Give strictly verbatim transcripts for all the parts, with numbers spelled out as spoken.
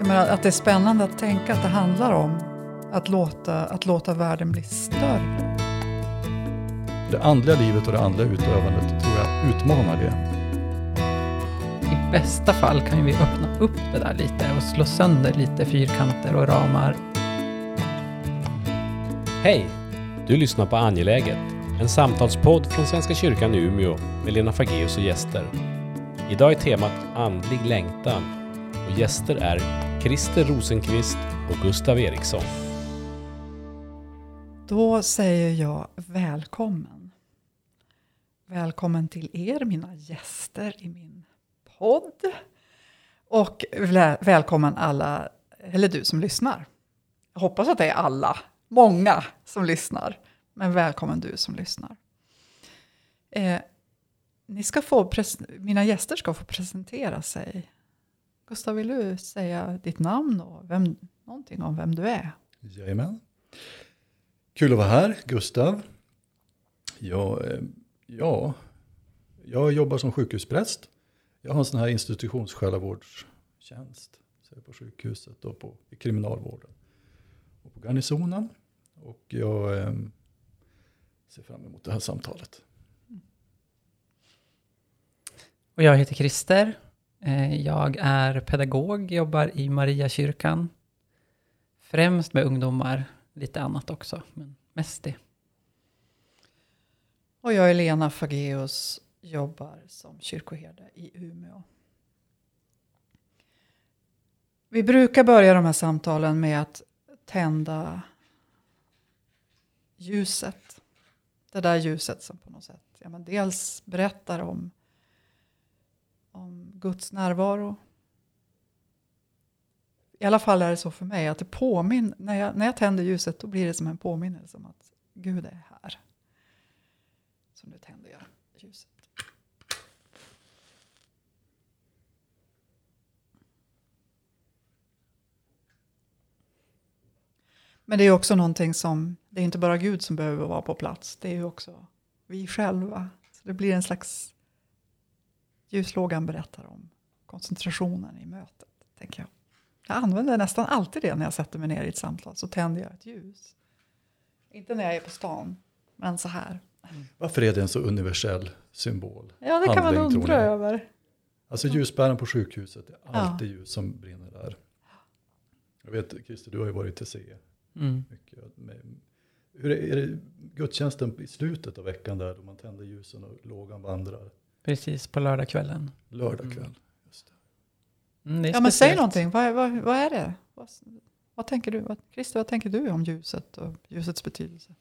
Jag menar, att det är spännande att tänka att det handlar om att låta, att låta världen bli större. Det andliga livet och det andliga utövandet tror jag utmanar det. I bästa fall kan vi öppna upp det där lite och slå sönder lite fyrkanter och ramar. Hej! Du lyssnar på Angeläget, en samtalspodd från Svenska kyrkan i Umeå med Lena Fageus och gäster. Idag är temat andlig längtan och gäster är Christer Rosenqvist och Gustav Eriksson. Då säger jag välkommen. Välkommen till er, mina gäster i min podd. Och välkommen alla, eller du som lyssnar. Jag hoppas att det är alla, många som lyssnar. Men välkommen du som lyssnar. Eh, ni ska få pres- mina gäster ska få presentera sig. Gustav, vill du säga ditt namn och vem, någonting om vem du är? Jajamän. Kul att vara här, Gustav. Jag, ja, jag jobbar som sjukhuspräst. Jag har en sån här institutionssjälavårdstjänst på sjukhuset och på, i kriminalvården. Och på garnisonen. Och jag eh, ser fram emot det här samtalet. Och jag heter Christer. Jag är pedagog, jobbar i Mariakyrkan. Främst med ungdomar, lite annat också, men mest det. Och jag är Lena Fageus, jobbar som kyrkoherde i Umeå. Vi brukar börja de här samtalen med att tända ljuset. Det där ljuset som på något sätt ja, men dels berättar om, om Guds närvaro. I alla fall är det så för mig att det påminner, när jag, när jag tänder ljuset då blir det som en påminnelse om att Gud är här. Så nu tänder jag ljuset. Men det är också någonting som, det är inte bara Gud som behöver vara på plats. Det är ju också vi själva. Så det blir en slags, ljuslågan berättar om koncentrationen i mötet, tänker jag. Jag använder nästan alltid det när jag sätter mig ner i ett samtal. Så tänder jag ett ljus. Inte när jag är på stan, men så här. Mm. Varför är det en så universell symbol? Ja, det kan handling, man undra över. Alltså ljusbären på sjukhuset, det är alltid Ja. ljus som brinner där. Jag vet, Christer, du har ju varit till C. Mm. Mycket med, hur är, är det gudstjänsten i slutet av veckan där då man tänder ljusen och lågan vandrar? Precis, på lördagskvällen. Lördag kväll, Mm. just det. Mm, det är Ja, men säg speciellt. någonting. Vad, vad, vad är det? Vad, vad tänker du? Vad, Christer, vad tänker du om ljuset och ljusets betydelse?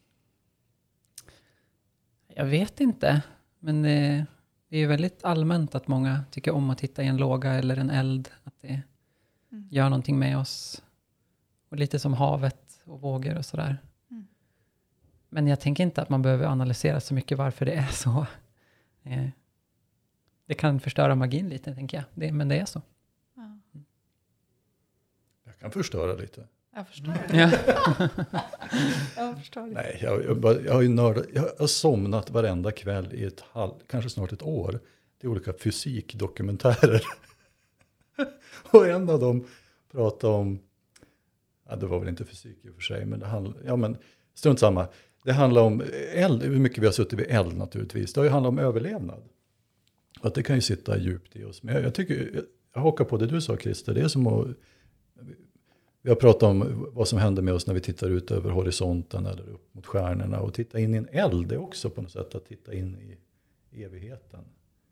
Jag vet inte, men det, det är väldigt allmänt att många tycker om att titta i en låga eller en eld. Att det Mm. gör någonting med oss. Och lite som havet och vågor och sådär. Mm. Men jag tänker inte att man behöver analysera så mycket varför det är så. Eh, det kan förstöra magin lite, tänker jag. Det, men det är så. Ja, Jag kan förstöra lite. jag förstår. Ja. Jag förstår det. Nej, jag, jag, bara, jag har ju nördat, jag har somnat varenda kväll i ett halv, kanske snart ett år. Det är olika fysikdokumentärer. Och en av dem pratar om, ja, det var väl inte fysik i och för sig, men det handlar, ja men strunt samma. Det handlar om eld, hur mycket vi har suttit vid eld naturligtvis. Det har ju handlat om överlevnad. Att det kan ju sitta djupt i oss. Men jag, jag tycker, jag, jag hakar på det du sa, Christer. Det är som att, vi har pratat om vad som händer med oss när vi tittar ut över horisonten eller upp mot stjärnorna. Och titta in i en eld, det är också på något sätt att titta in i evigheten.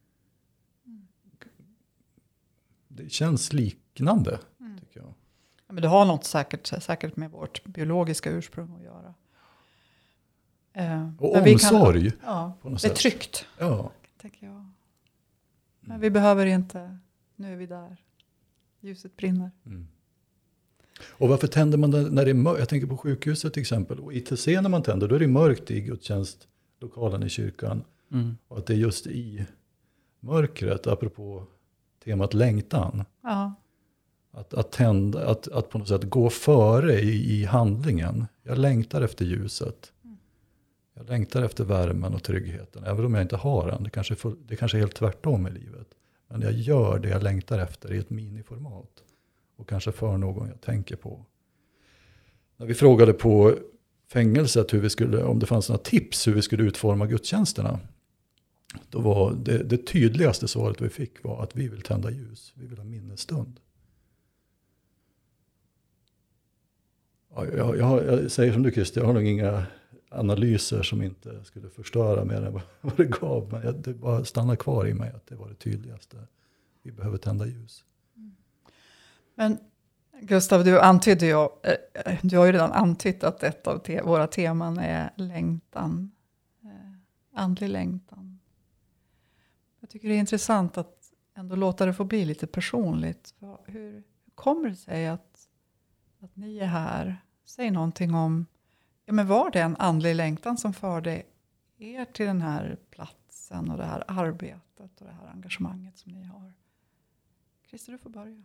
Det känns liknande, Mm. tycker jag. Ja, men det har något säkert, säkert med vårt biologiska ursprung att göra. Eh, Och men vi kan- omsorg, ja, på något det är sätt. tryggt, Ja. tänker jag. Men vi behöver inte, nu är vi där. Ljuset brinner. Mm. Och varför tänder man det när det är mörkt? Jag tänker på sjukhuset till exempel. Och I T C när man tänder, då är det mörkt i gudstjänstlokalen i kyrkan. Mm. Och att det är just i mörkret, apropå temat längtan. Ja, Att, att, tända, att, att på något sätt gå före i, i handlingen. Jag längtar efter ljuset. Jag längtar efter värmen och tryggheten. Även om jag inte har den. Det kanske, är full, det kanske är helt tvärtom i livet. Men jag gör det jag längtar efter i ett miniformat. och kanske för någon jag tänker på. När vi frågade på fängelset hur vi skulle, om det fanns några tips hur vi skulle utforma gudstjänsterna, då var det, det tydligaste svaret vi fick var att vi vill tända ljus, vi vill ha minnesstund. Ja, jag, jag, jag säger som du Christer, jag har nog inga analyser som inte skulle förstöra mer än vad det gav, men jag, det bara stannar kvar i mig att det var det tydligaste. Vi behöver tända ljus. Men Gustav, du antydde ju, du har ju redan antytt att ett av te- våra teman är längtan, eh, andlig längtan. Jag tycker det är intressant att ändå låta det få bli lite personligt. Hur, hur kommer det sig att, att ni är här? Säg någonting om, ja men var det en andlig längtan som förde er till den här platsen och det här arbetet och det här engagemanget som ni har? Christer, du får börja.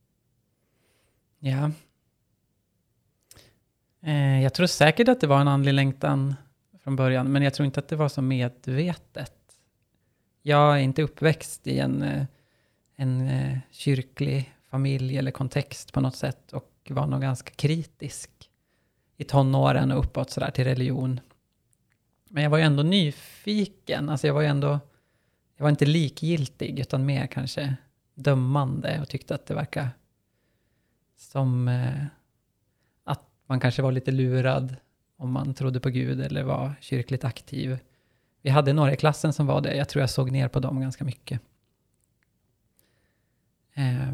Ja. Eh, jag tror säkert att det var en andlig längtan från början, men jag tror inte att det var så medvetet. Jag är inte uppväxt i en, eh, en eh, kyrklig familj eller kontext på något sätt och var nog ganska kritisk i tonåren och uppåt sådär till religion. Men jag var ju ändå nyfiken, alltså jag var ju ändå, jag var inte likgiltig utan mer kanske dömande och tyckte att det verkar som eh, att man kanske var lite lurad om man trodde på Gud eller var kyrkligt aktiv. Vi hade några i klassen som var det. Jag tror jag såg ner på dem ganska mycket. Eh,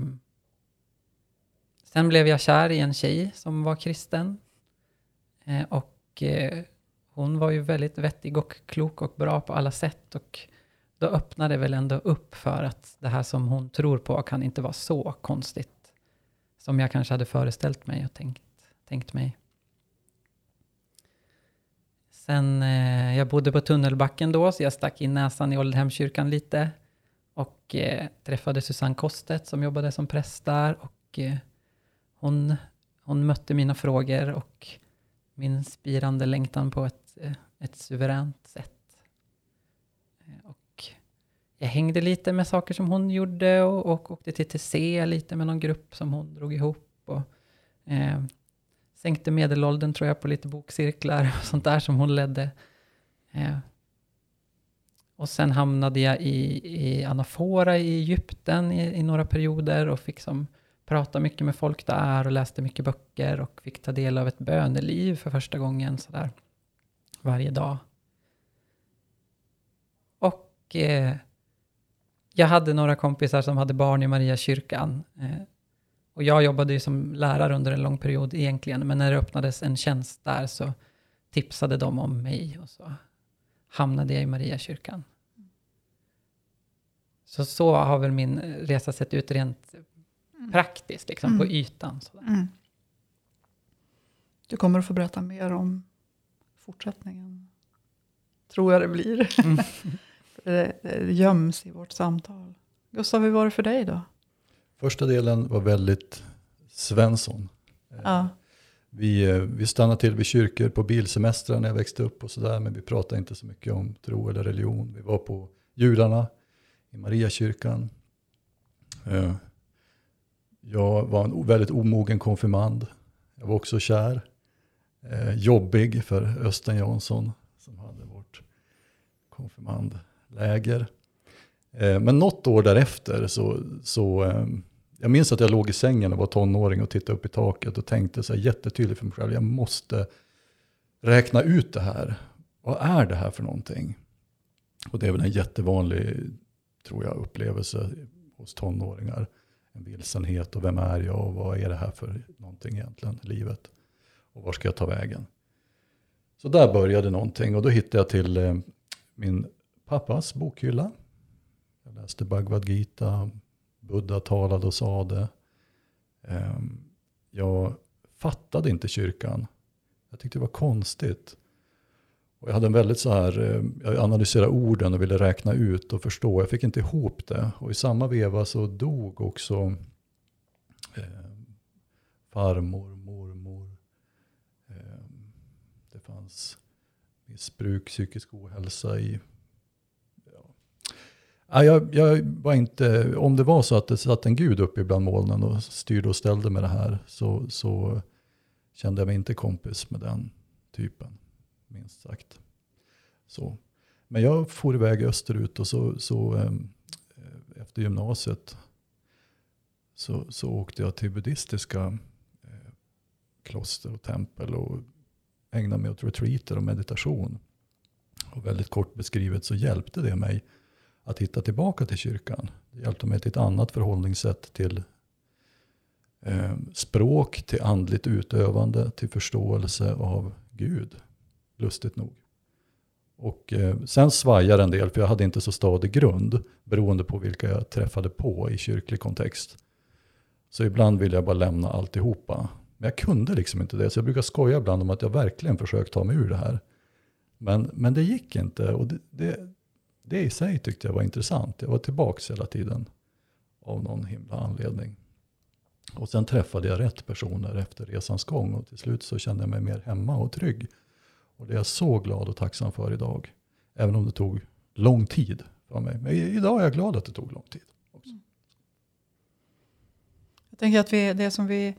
sen blev jag kär i en tjej som var kristen. Eh, och eh, hon var ju väldigt vettig och klok och bra på alla sätt. Och då öppnade väl ändå upp för att det här som hon tror på kan inte vara så konstigt som jag kanske hade föreställt mig och tänkt, tänkt mig. Sen, eh, jag bodde på Tunnelbacken då, så jag stack in näsan i Oldhemskyrkan lite. Och eh, träffade Susanne Kostet som jobbade som präst där. Och eh, hon, hon mötte mina frågor och min spirande längtan på ett, eh, ett suveränt sätt. Eh, och jag hängde lite med saker som hon gjorde och, och åkte till T C lite med någon grupp som hon drog ihop. Och, eh, sänkte medelåldern tror jag på lite bokcirklar och sånt där som hon ledde. Eh, och sen hamnade jag i, i Anafora i Egypten i, i några perioder och fick som prata mycket med folk där och läste mycket böcker och fick ta del av ett böneliv för första gången sådär varje dag. Och eh, jag hade några kompisar som hade barn i Mariakyrkan. Eh, och jag jobbade ju som lärare under en lång period egentligen. Men när det öppnades en tjänst där så tipsade de om mig. Och så hamnade jag i Mariakyrkan. Så så har väl min resa sett ut rent mm. praktiskt. Liksom, mm. på ytan. Sådär. Mm. Du kommer att få berätta mer om fortsättningen. Tror jag det blir. Mm. Det, det göms i vårt samtal. Gustav, hur var det för dig då? Första delen var väldigt Svensson. Ja. Vi, vi stannade till vid kyrkor på bilsemestrar när jag växte upp och sådär. Men vi pratade inte så mycket om tro eller religion. Vi var på jularna i Mariakyrkan. Jag var en väldigt omogen konfirmand. Jag var också kär. Jobbig för Östen Jansson som hade vårt konfirmandläger. Men något år därefter så, så jag minns att jag låg i sängen och var tonåring och tittade upp i taket och tänkte så här jättetydligt för mig själv, jag måste räkna ut det här. Vad är det här för någonting? Och det är väl en jättevanlig, tror jag, upplevelse hos tonåringar. En vilsenhet och vem är jag och vad är det här för någonting egentligen i livet? Och var ska jag ta vägen? Så där började någonting och då hittade jag till eh, min pappas bokhylla. Jag läste Bhagavad Gita, Buddha talade och sade. Eh, jag fattade inte kyrkan. Jag tyckte det var konstigt. Och jag hade en väldigt så här, eh, jag analyserade orden och ville räkna ut och förstå. Jag fick inte ihop det. Och i samma veva så dog också eh, farmor, mormor. Eh, det fanns missbruk, psykisk ohälsa i. Ja. Ja, jag, jag var inte, om det var så att det satt en gud uppe bland molnen och styrde och ställde med det här, så, så kände jag mig inte kompis med den typen, minst sagt. Så. Men jag for iväg österut och så, så eh, efter gymnasiet så, så åkte jag till buddhistiska eh, kloster och tempel och ägnade mig åt retreater och meditation. Och väldigt kort beskrivet så hjälpte det mig att hitta tillbaka till kyrkan. Det hjälpte mig till ett annat förhållningssätt till eh, språk, till andligt utövande, till förståelse av Gud. Lustigt nog. Och eh, sen svajar en del, för jag hade inte så stadig grund beroende på vilka jag träffade på i kyrklig kontext. Så ibland ville jag bara lämna alltihopa. Men jag kunde liksom inte det, så jag brukar skoja ibland om att jag verkligen försökt ta mig ur det här. Men, men det gick inte, och det, det, det i sig tyckte jag var intressant. Jag var tillbaka hela tiden av någon himla anledning. Och sen träffade jag rätt personer efter resans gång, och till slut så kände jag mig mer hemma och trygg. Och det är jag så glad och tacksam för idag. Även om det tog lång tid för mig. Men idag är jag glad att det tog lång tid också. Jag tänker att vi, det som vi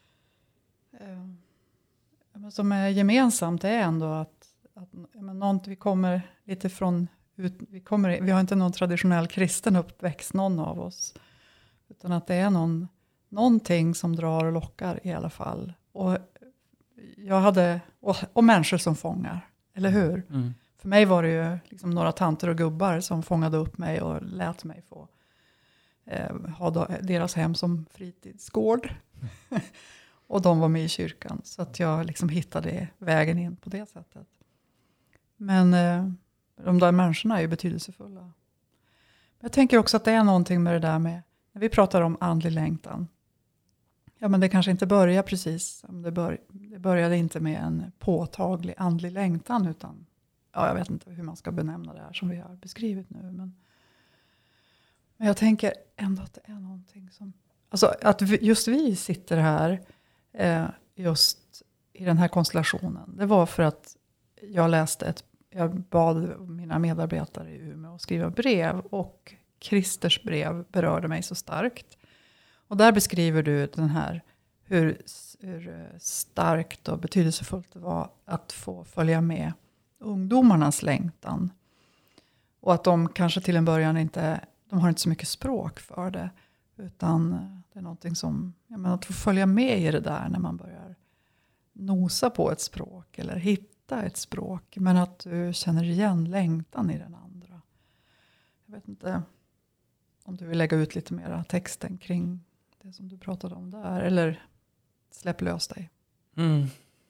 eh, som är gemensamt är ändå att, att men något, vi kommer lite från ut, vi, kommer, vi har inte någon traditionell kristen uppväxt, någon av oss. Utan att det är någon, någonting som drar och lockar i alla fall. Och jag hade, och, och människor som fångar, eller hur? Mm. För mig var det ju liksom några tanter och gubbar som fångade upp mig och lät mig få eh, ha då, deras hem som fritidsgård. Mm. Och de var med i kyrkan, så att jag liksom hittade vägen in på det sättet. Men eh, de där människorna är ju betydelsefulla. Men jag tänker också att det är någonting med det där med, när vi pratar om andlig längtan. Ja, men det kanske inte börjar precis. Det, bör, det började inte med en påtaglig andlig längtan, utan ja, jag vet inte hur man ska benämna det här som vi har beskrivit nu. Men, men jag tänker ändå att det är någonting som, alltså att vi, just vi sitter här eh, just i den här konstellationen. Det var för att jag läste ett, jag bad mina medarbetare i Umeå att skriva brev, och Christers brev berörde mig så starkt. Och där beskriver du den här, hur, hur starkt och betydelsefullt det var att få följa med ungdomarnas längtan. Och att de kanske till en början inte, de har inte så mycket språk för det. Utan det är någonting som, jag menar, att få följa med i det där när man börjar nosa på ett språk eller hitta ett språk. Men att du känner igen längtan i den andra. Jag vet inte om du vill lägga ut lite mera texten kring det som du pratade om där. Eller släpp lös dig. Mm.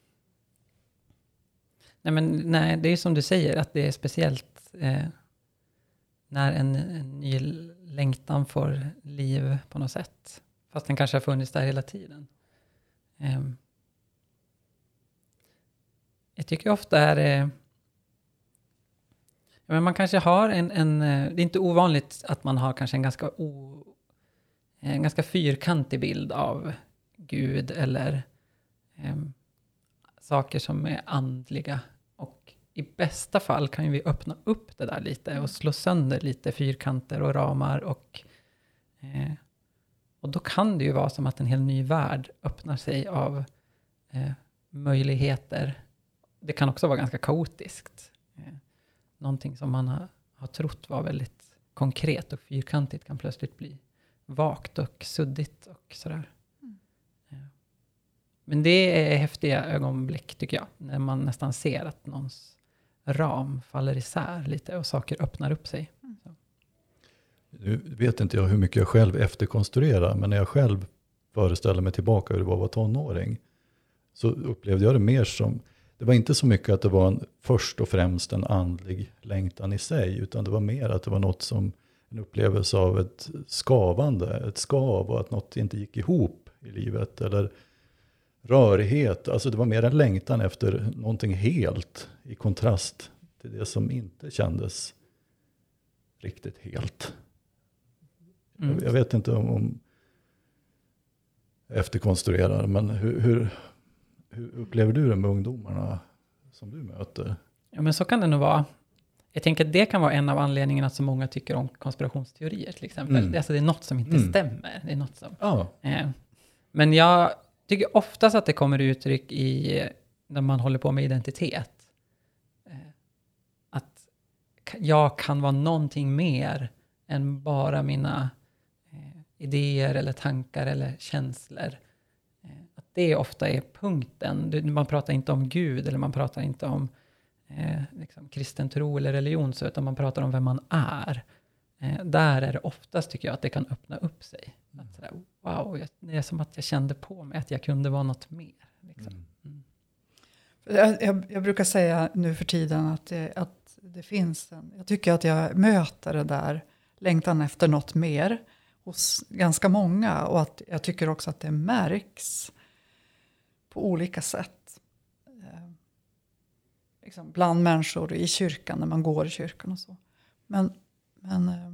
Nej, men, nej, det är som du säger, att det är speciellt eh, när en, en ny längtan får liv på något sätt. Fast den kanske har funnits där hela tiden. Eh, jag tycker ofta är det... Eh, men man kanske har en, en... Det är inte ovanligt att man har kanske en ganska, o, en ganska fyrkantig bild av Gud eller eh, saker som är andliga. Och i bästa fall kan ju vi öppna upp det där lite och slå sönder lite fyrkanter och ramar. Och, eh, och då kan det ju vara som att en hel ny värld öppnar sig av eh, möjligheter. Det kan också vara ganska kaotiskt. Eh, någonting som man har, har trott var väldigt konkret och fyrkantigt kan plötsligt bli vagt och suddigt och sådär. Mm. Ja. Men det är häftiga ögonblick tycker jag. När man nästan ser att någons ram faller isär lite och saker öppnar upp sig. Mm. Så. Nu vet inte jag hur mycket jag själv efterkonstruerar, men när jag själv föreställer mig tillbaka hur det var att vara tonåring, så upplevde jag det mer som, det var inte så mycket att det var en, först och främst en andlig längtan i sig, utan det var mer att det var något som, en upplevelse av ett skavande, ett skav, och att något inte gick ihop i livet, eller rörighet. Alltså det var mer en längtan efter någonting helt i kontrast till det som inte kändes riktigt helt. Mm. Jag, jag vet inte om, om efterkonstruerar, men hur, hur, hur upplever du det med ungdomarna som du möter? Ja, men så kan det nog vara. jag tänker att det kan vara en av anledningarna att så många tycker om konspirationsteorier till exempel. Mm. Det, alltså det är något som inte Mm. stämmer. Det är något som, Ja. eh. Men jag tycker oftast att det kommer uttryck i när man håller på med identitet. Eh, att jag kan vara någonting mer än bara mina eh, idéer eller tankar eller känslor. Eh, att det ofta är punkten. Man pratar inte om Gud eller man pratar inte om eh, liksom, kristen tro eller religion, så, utan man pratar om vem man är. Eh, där är det oftast, tycker jag, att det kan öppna upp sig. Att sådär, wow, jag, det är som att jag kände på mig att jag kunde vara något mer. Liksom. Mm. Jag, jag, jag brukar säga nu för tiden att det, att det finns en... Jag tycker att jag möter det där längtan efter något mer hos ganska många. Och att jag tycker också att det märks på olika sätt. Eh, liksom bland människor i kyrkan, när man går i kyrkan och så. Men... men eh,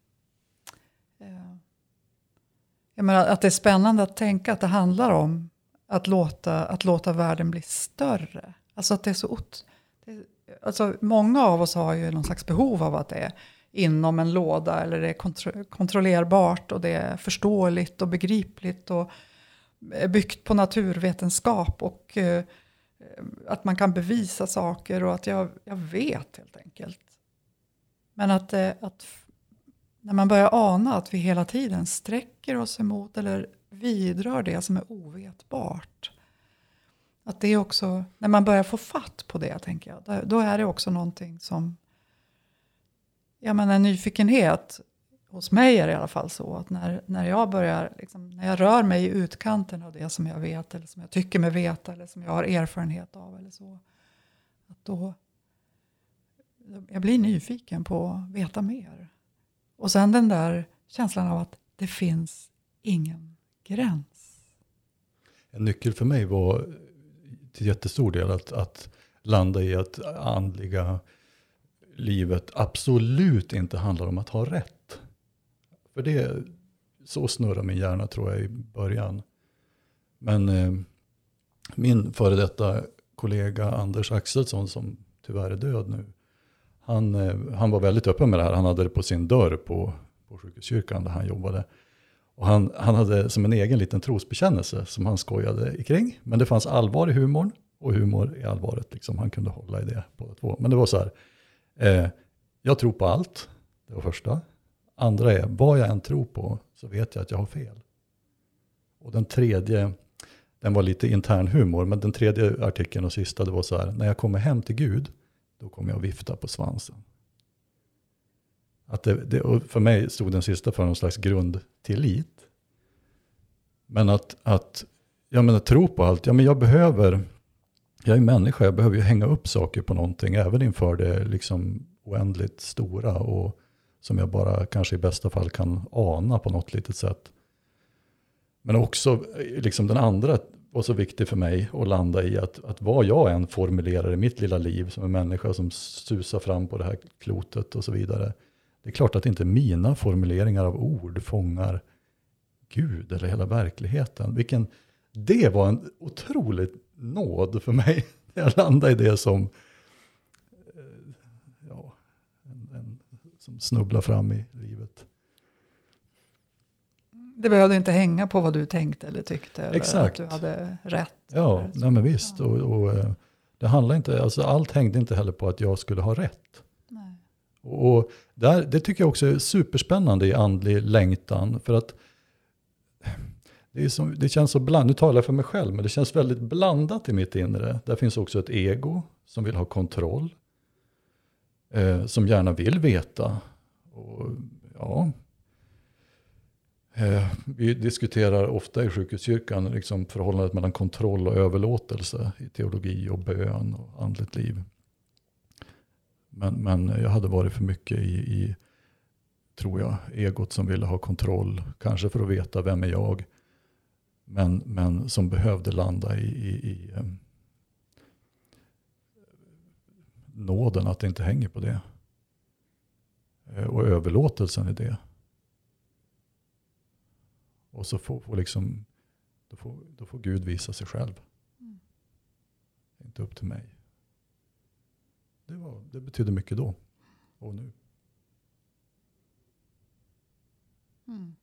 eh, jag menar att det är spännande att tänka att det handlar om att låta, att låta världen bli större. Alltså att det är så ot- det, alltså många av oss har ju någon slags behov av att det är inom en låda, eller det är kontro- kontrollerbart och det är förståeligt och begripligt och är byggt på naturvetenskap och eh, att man kan bevisa saker och att jag, jag vet helt enkelt. Men att, eh, att när man börjar ana att vi hela tiden sträcker oss emot eller vidrör det som är ovetbart. Att det är också, när man börjar få fatt på det, tänker jag, då, då är det också någonting som, jag menar, en nyfikenhet hos mig är det i alla fall så, att när, när jag börjar, liksom, när jag rör mig i utkanten av det som jag vet, eller som jag tycker mig veta, eller som jag har erfarenhet av, eller så, att då, jag blir nyfiken på att veta mer. Och sen den där känslan av att det finns ingen gräns. En nyckel för mig var till jättestor del att, att landa i att andliga livet absolut inte handlar om att ha rätt. För det, så snurrar min hjärna, tror jag, i början. Men eh, min före detta kollega Anders Axelsson, som tyvärr är död nu, han, eh, han var väldigt öppen med det här. Han hade det på sin dörr på, på sjukhuskyrkan där han jobbade. Och han, han hade som en egen liten trosbekännelse som han skojade ikring. Men det fanns allvar i humorn och humor i allvaret. Liksom. Han kunde hålla i det båda två. Men det var så här, eh, jag tror på allt, det var första. Andra är, vad jag än tror på så vet jag att jag har fel. Och den tredje, den var lite intern humor, men den tredje artikeln och sista, det var så här, när jag kommer hem till Gud, då kommer jag vifta på svansen. Att det, det, och för mig stod den sista för någon slags grundtillit. Men att, att jag menar, tro på allt, ja men jag behöver, jag är människa, jag behöver ju hänga upp saker på någonting, även inför det liksom oändligt stora och som jag bara kanske i bästa fall kan ana på något litet sätt. Men också liksom den andra var så viktig för mig att landa i att, att vad jag än formulerar i mitt lilla liv som en människa som susar fram på det här klotet och så vidare. Det är klart att inte mina formuleringar av ord fångar Gud eller hela verkligheten. Vilken, det var en otrolig nåd för mig. Jag landade i det som, ja, en, en, som snubblar fram i livet. Det behövde inte hänga på vad du tänkte eller tyckte. Eller Exakt. att du hade rätt. Ja, nej men visst. Och, och, det handlar inte, alltså allt hängde inte heller på att jag skulle ha rätt. Nej. Och, och där, det tycker jag också är superspännande i andlig längtan. För att det, är som, det känns så blandat, nu talar jag för mig själv, men det känns väldigt blandat i mitt inre. Där finns också ett ego som vill ha kontroll. Eh, som gärna vill veta. Och ja... Eh, vi diskuterar ofta i sjukhuskyrkan liksom förhållandet mellan kontroll och överlåtelse i teologi och bön och andligt liv. Men, men jag hade varit för mycket i, i, tror jag, egot som ville ha kontroll. Kanske för att veta vem är jag. Men, men som behövde landa i, i, i um, nåden att det inte hänger på det. Eh, och överlåtelsen i det. Och så får, får liksom, då, får, då får Gud visa sig själv. Mm. Inte upp till mig. Det, var, det betyder mycket då. och nu. Mm.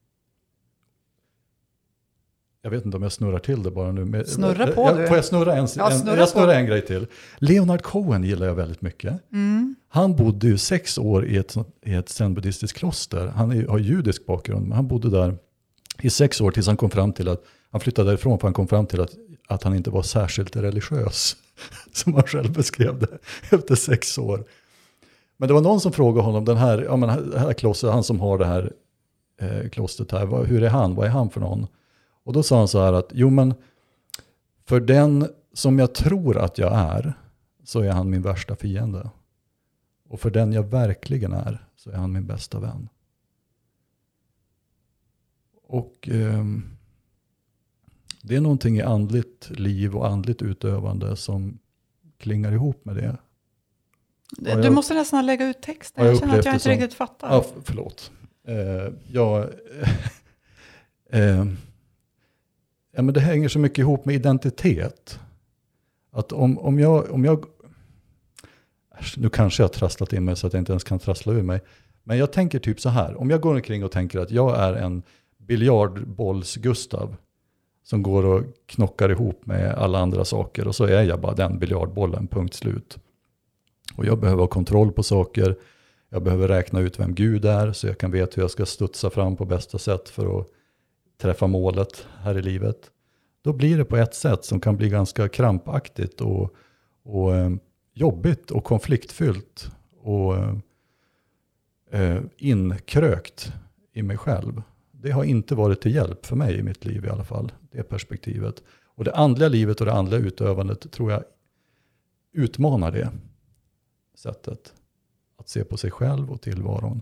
Jag vet inte om jag snurrar till det bara nu. Men snurra på jag, du. Får jag snurra en, ja, en, snurra jag snurrar på. en grej till. Leonard Cohen gillar jag väldigt mycket. Mm. Han bodde ju sex år i ett, i ett zen-buddhistiskt kloster. Han är, har judisk bakgrund, men han bodde där i sex år tills han kom fram till att, han flyttade därifrån för han kom fram till att, att han inte var särskilt religiös. Som han själv beskrev det efter sex år. Men det var någon som frågade honom, den här, ja men det här klostret, han som har det här eh, klostret här, vad, hur är han, vad är han för någon? Och då sa han så här att, jo men för den som jag tror att jag är, så är han min värsta fiende. Och för den jag verkligen är, så är han min bästa vän. Och eh, det är någonting i andligt liv och andligt utövande som klingar ihop med det. Du jag, måste nästan lägga ut texten. jag Jag känner att jag inte som, riktigt fattar. Ja, förlåt. Eh, jag, eh, ja, men det hänger så mycket ihop med identitet. Att om, om jag... Om jag nu kanske jag har trasslat in mig så att jag inte ens kan trassla ur mig. Men jag tänker typ så här. Om jag går omkring och tänker att jag är en biljardbolls-Gustav som går och knockar ihop med alla andra saker. Och så är jag bara den biljardbollen, punkt slut. Och jag behöver ha kontroll på saker. Jag behöver räkna ut vem Gud är så jag kan veta hur jag ska studsa fram på bästa sätt för att träffa målet här i livet. Då blir det på ett sätt som kan bli ganska krampaktigt och, och eh, jobbigt och konfliktfyllt och eh, inkrökt i mig själv. Det har inte varit till hjälp för mig i mitt liv i alla fall, det perspektivet. Och det andliga livet och det andliga utövandet tror jag utmanar det sättet att se på sig själv och tillvaron.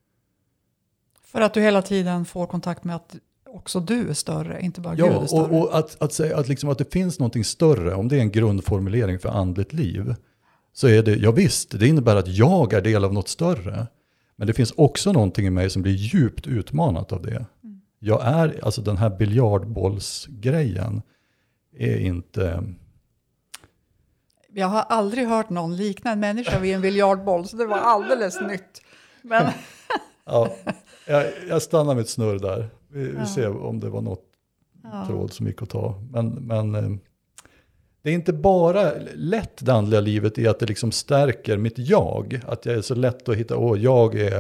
För att du hela tiden får kontakt med att också du är större, inte bara ja, Gud är större. Och, och att, att säga att, liksom att det finns någonting större, om det är en grundformulering för andligt liv, så är det, ja visst, det innebär att jag är del av något större. Men det finns också någonting i mig som blir djupt utmanat av det. Mm. Jag är, alltså den här biljardbollsgrejen är inte... Jag har aldrig hört någon likna en människa vid en biljardboll, så det var alldeles nytt. Men... ja, jag, jag stannar med ett snurr där. Vi, ja. vi ser om det var något ja. tråd som gick att ta. Men, men eh, det är inte bara lätt det andliga livet i att det liksom stärker mitt jag. Att jag är så lätt att hitta, åh, jag är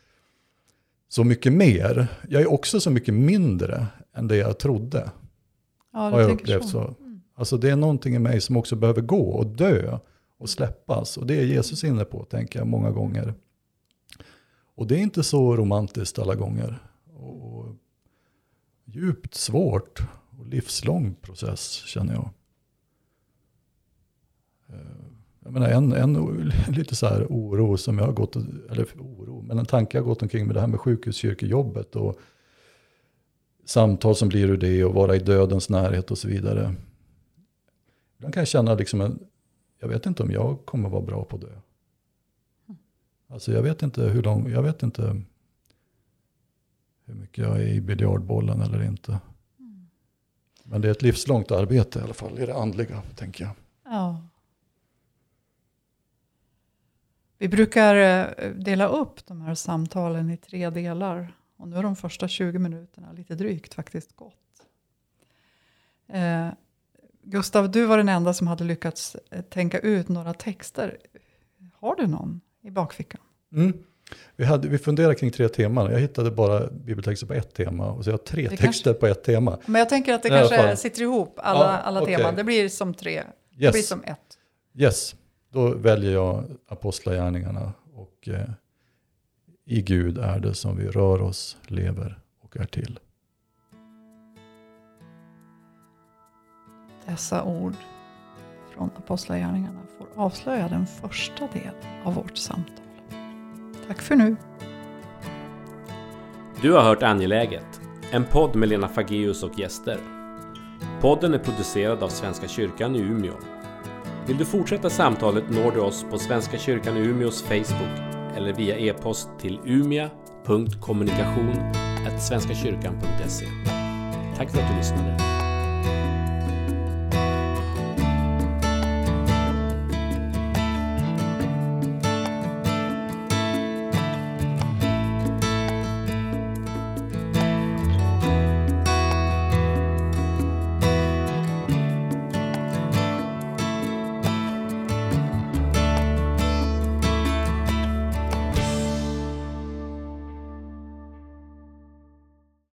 så mycket mer. Jag är också så mycket mindre än det jag trodde. Ja, har du jag tänker upplevt så. så. Mm. Alltså det är någonting i mig som också behöver gå och dö och släppas. Och det är Jesus inne på, tänker jag, många gånger. Och det är inte så romantiskt alla gånger. Och, och djupt svårt och livslång process, känner jag. Jag menar, en, en lite så här oro som jag har gått, eller oro, men en tanke jag har gått omkring med det här med sjukhuskyrkejobbet och samtal som blir ur det och vara i dödens närhet och så vidare. Ibland kan jag känna liksom en, jag vet inte om jag kommer vara bra på det. Alltså jag vet inte hur lång, jag vet inte hur mycket jag är i biljardbollen eller inte. Men det är ett livslångt arbete i alla fall, i det andliga, tänker jag. Ja. Vi brukar dela upp de här samtalen i tre delar. Och nu är de första tjugo minuterna lite drygt faktiskt gått. Eh, Gustav, du var den enda som hade lyckats tänka ut några texter. Har du någon i bakfickan? Mm. Vi, hade, vi funderade kring tre teman. Jag hittade bara bibeltexter på ett tema. Och så jag har tre det texter kanske... på ett tema. Men jag tänker att det I alla kanske fall. sitter ihop alla, Ja, alla okay. teman. Det blir som tre. Yes. Det blir som ett. Yes, då väljer jag apostlagärningarna. Och eh, i Gud är det som vi rör oss, lever och är till. Dessa ord från apostlagärningarna får avslöja den första delen av vårt samtal. Tack för nu. Du har hört Angeläget, en podd med Lena Fageus och gäster. Podden är producerad av Svenska kyrkan i Umeå. Vill du fortsätta samtalet når du oss på Svenska kyrkan i Umeås Facebook eller via e-post till umia punkt kommunikation snabel-a svenskakyrkan punkt se. Tack för att du lyssnade.